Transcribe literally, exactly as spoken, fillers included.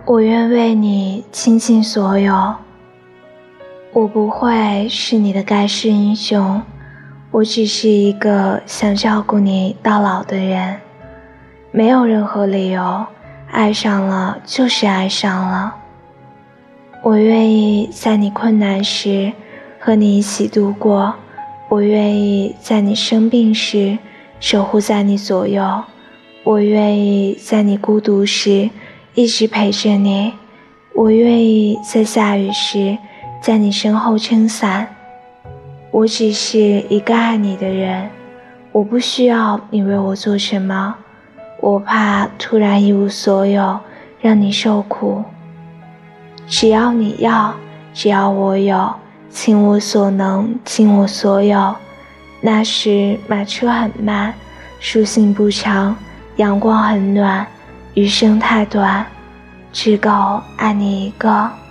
我愿为你倾尽所有。我不会是你的盖世英雄，我只是一个想照顾你到老的人。没有任何理由，爱上了就是爱上了。我愿意在你困难时和你一起度过，我愿意在你生病时守护在你左右，我愿意在你孤独时一直陪着你，我愿意在下雨时在你身后撑伞。我只是一个爱你的人，我不需要你为我做什么，我怕突然一无所有，让你受苦。只要你要，只要我有，倾我所能，尽我所有。那时马车很慢，书信不长，阳光很暖，余生太短，只够爱你一个。